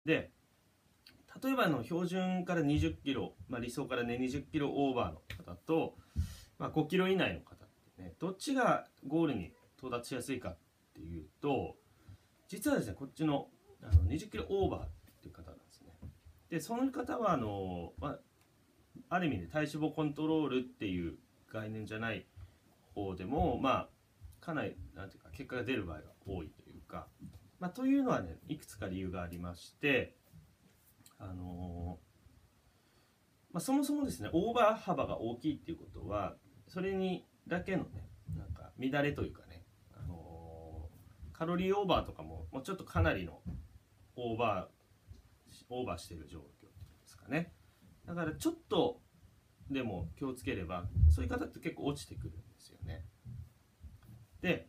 で、例えば標準から20キロ、理想からね20キロオーバーの方と、5キロ以内の方ってね、どっちがゴールに到達しやすいかっていうと、実はですね、こっちの20キロオーバーっていう方なんですね。でその方はある意味で体脂肪コントロールっていう概念じゃない方でも、かなりなんていうか結果が出る場合が多いというか、というのはね、いくつか理由がありまして、そもそもですね、オーバー幅が大きいっていうことは、それにだけのね、なんか乱れというかね、カロリーオーバーとかもうちょっとかなりのオーバーしている状況ですかね。だからちょっとでも気をつければ、そういう方って結構落ちてくるんですよね。で、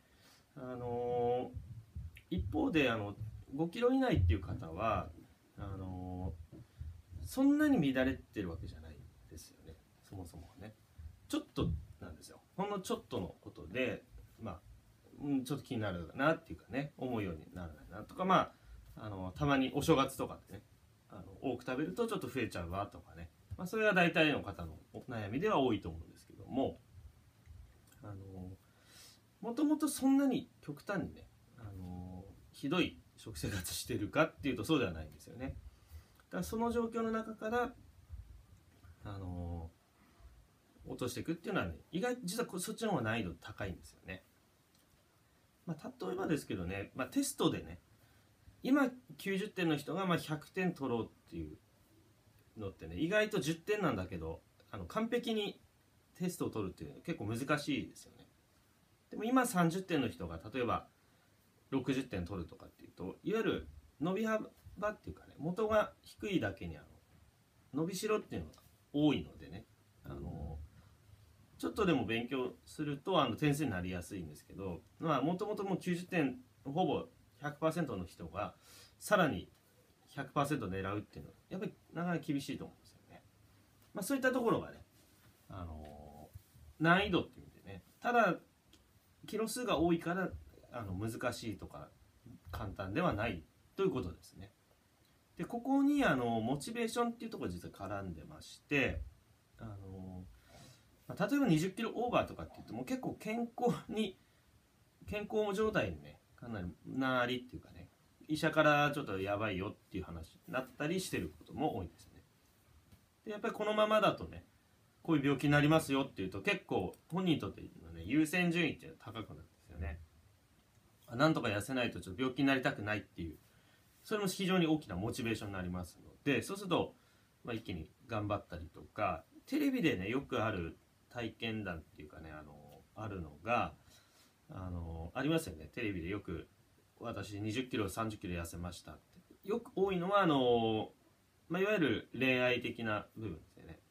一方で5キロ以内っていう方はそんなに乱れてるわけじゃないですよね。そもそもね、ちょっとなんですよ。ほんのちょっとのことで、ちょっと気になるなっていうかね、思うようにならないなとか、たまにお正月とかでね、多く食べるとちょっと増えちゃうわとかね、それが大体の方のお悩みでは多いと思うんですけども、もともとそんなに極端にね、ひどい食生活してるかっていうとそうではないんですよね。だからその状況の中から落としていくっていうのはね、意外実はそっちの方が難易度高いんですよね。例えばですけどね、テストでね、今90点の人が100点取ろうっていうのってね、意外と10点なんだけど、完璧にテストを取るっていうのは結構難しいですよね。でも今30点の人が例えば60点取るとかっていうと、いわゆる伸び幅っていうかね、元が低いだけに伸びしろっていうのが多いのでね、ちょっとでも勉強すると点数になりやすいんですけど、もともともう90点ほぼ 100% の人がさらに 100% 狙うっていうのはやっぱりなかなか厳しいと思うんですよね。そういったところがね、難易度っていう意味でね、ただキロ数が多いから難しいとか簡単ではないということですね。でここにモチベーションっていうところが実は絡んでまして、例えば20キロオーバーとかって言っても結構健康状態にねかなりなりっていうかね、医者からちょっとやばいよっていう話になったりしてることも多いですね。でやっぱりこのままだとね、こういう病気になりますよっていうと結構本人にとってのね優先順位っていうのは高くなるんですよね。なんとか痩せないとちょっと病気になりたくないっていう、それも非常に大きなモチベーションになりますので、そうすると、一気に頑張ったりとか、テレビでねよくある体験談っていうかね、あるのがありますよね。テレビでよく私20キロ30キロ痩せましたって、よく多いのはいわゆる恋愛的な部分ですよね。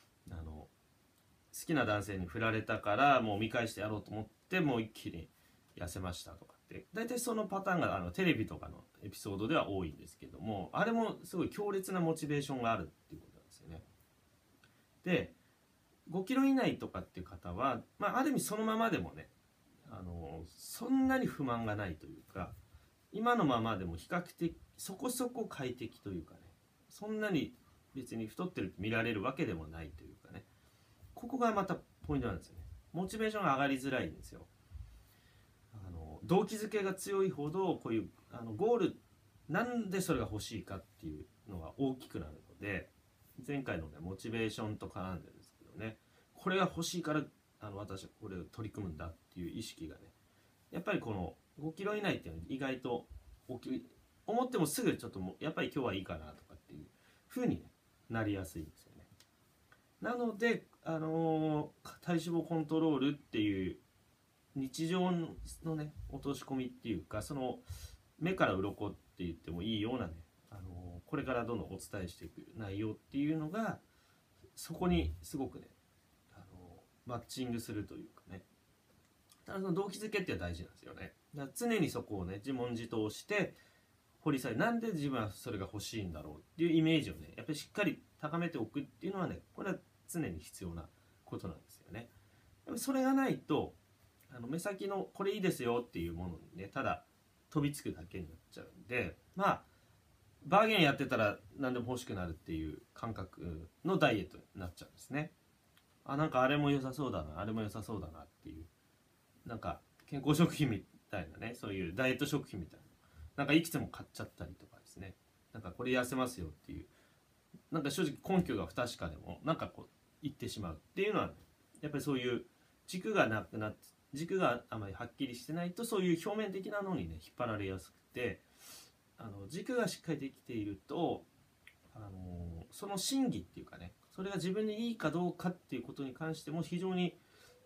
好きな男性に振られたからもう見返してやろうと思ってもう一気に痩せましたとかって、大体そのパターンがテレビとかのエピソードでは多いんですけども、あれもすごい強烈なモチベーションがあるっていうことなんですよね。で5キロ以内とかっていう方は、ある意味そのままでもね、そんなに不満がないというか、今のままでも比較的そこそこ快適というかね、そんなに別に太ってるって見られるわけでもないというかね、ここがまたポイントなんですよね。モチベーションが上がりづらいんですよ。動機づけが強いほどこういうゴール、なんでそれが欲しいかっていうのが大きくなるので、前回のねモチベーションと絡んでるんですけどね、これが欲しいから私はこれを取り組むんだっていう意識がね、やっぱりこの5キロ以内っていうのは意外と思ってもすぐちょっとやっぱり今日はいいかなとかっていう風に、なりやすいんですよね。なので、体脂肪コントロールっていう日常のね落とし込みっていうか、その目から鱗って言ってもいいようなね、これからどんどんお伝えしていく内容っていうのがそこにすごくね、マッチングするというかね、ただその動機づけって大事なんですよね。だから常にそこをね自問自答して掘り下げ、なんで自分はそれが欲しいんだろうっていうイメージをねやっぱりしっかり高めておくっていうのはね、これは常に必要なことなんですよね。やっぱりそれがないと目先のこれいいですよっていうものにねただ飛びつくだけになっちゃうんで、 バーゲンやってたら何でも欲しくなるっていう感覚のダイエットになっちゃうんですね。なんかあれも良さそうだな、あれも良さそうだなっていう、なんか健康食品みたいなね、そういうダイエット食品みたいな、なんかいくつも買っちゃったりとかですね、なんかこれ痩せますよっていう、なんか正直根拠が不確かでもなんかこう言ってしまうっていうのは、やっぱりそういう軸がなくなって、軸があまりはっきりしてないと、そういう表面的なのにね引っ張られやすくて、軸がしっかりできていると、その真偽っていうかね、それが自分にいいかどうかっていうことに関しても非常に、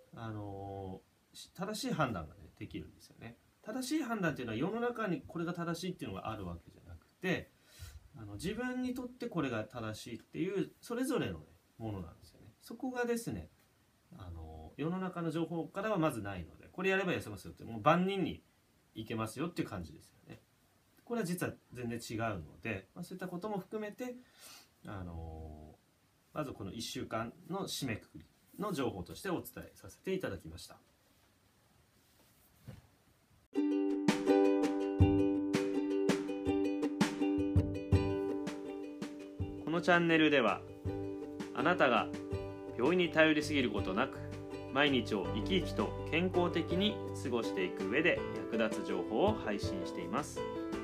正しい判断が、ね、できるんですよね。正しい判断っていうのは世の中にこれが正しいっていうのがあるわけじゃなくて、自分にとってこれが正しいっていうそれぞれの、ね、ものなんですよね。そこがですね、世の中の情報からはまずないので、これやれば痩せますよってもう万人にいけますよっていう感じですよね。これは実は全然違うので、そういったことも含めて、まずこの1週間の締めくくりの情報としてお伝えさせていただきました。このチャンネルでは、あなたが病院に頼りすぎることなく毎日を生き生きと健康的に過ごしていく上で役立つ情報を配信しています。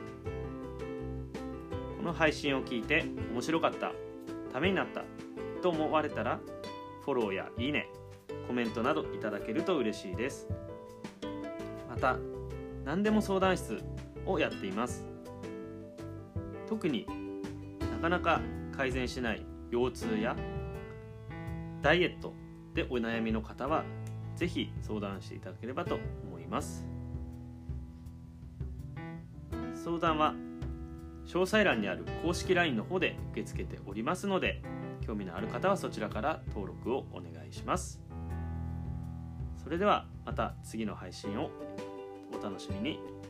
この配信を聞いて面白かった、ためになったと思われたら、フォローやいいね、コメントなどいただけると嬉しいです。また、何でも相談室をやっています。特になかなか改善しない腰痛やダイエットでお悩みの方はぜひ相談していただければと思います。相談は詳細欄にある公式 LINE の方で受け付けておりますので、興味のある方はそちらから登録をお願いします。それではまた次の配信をお楽しみに。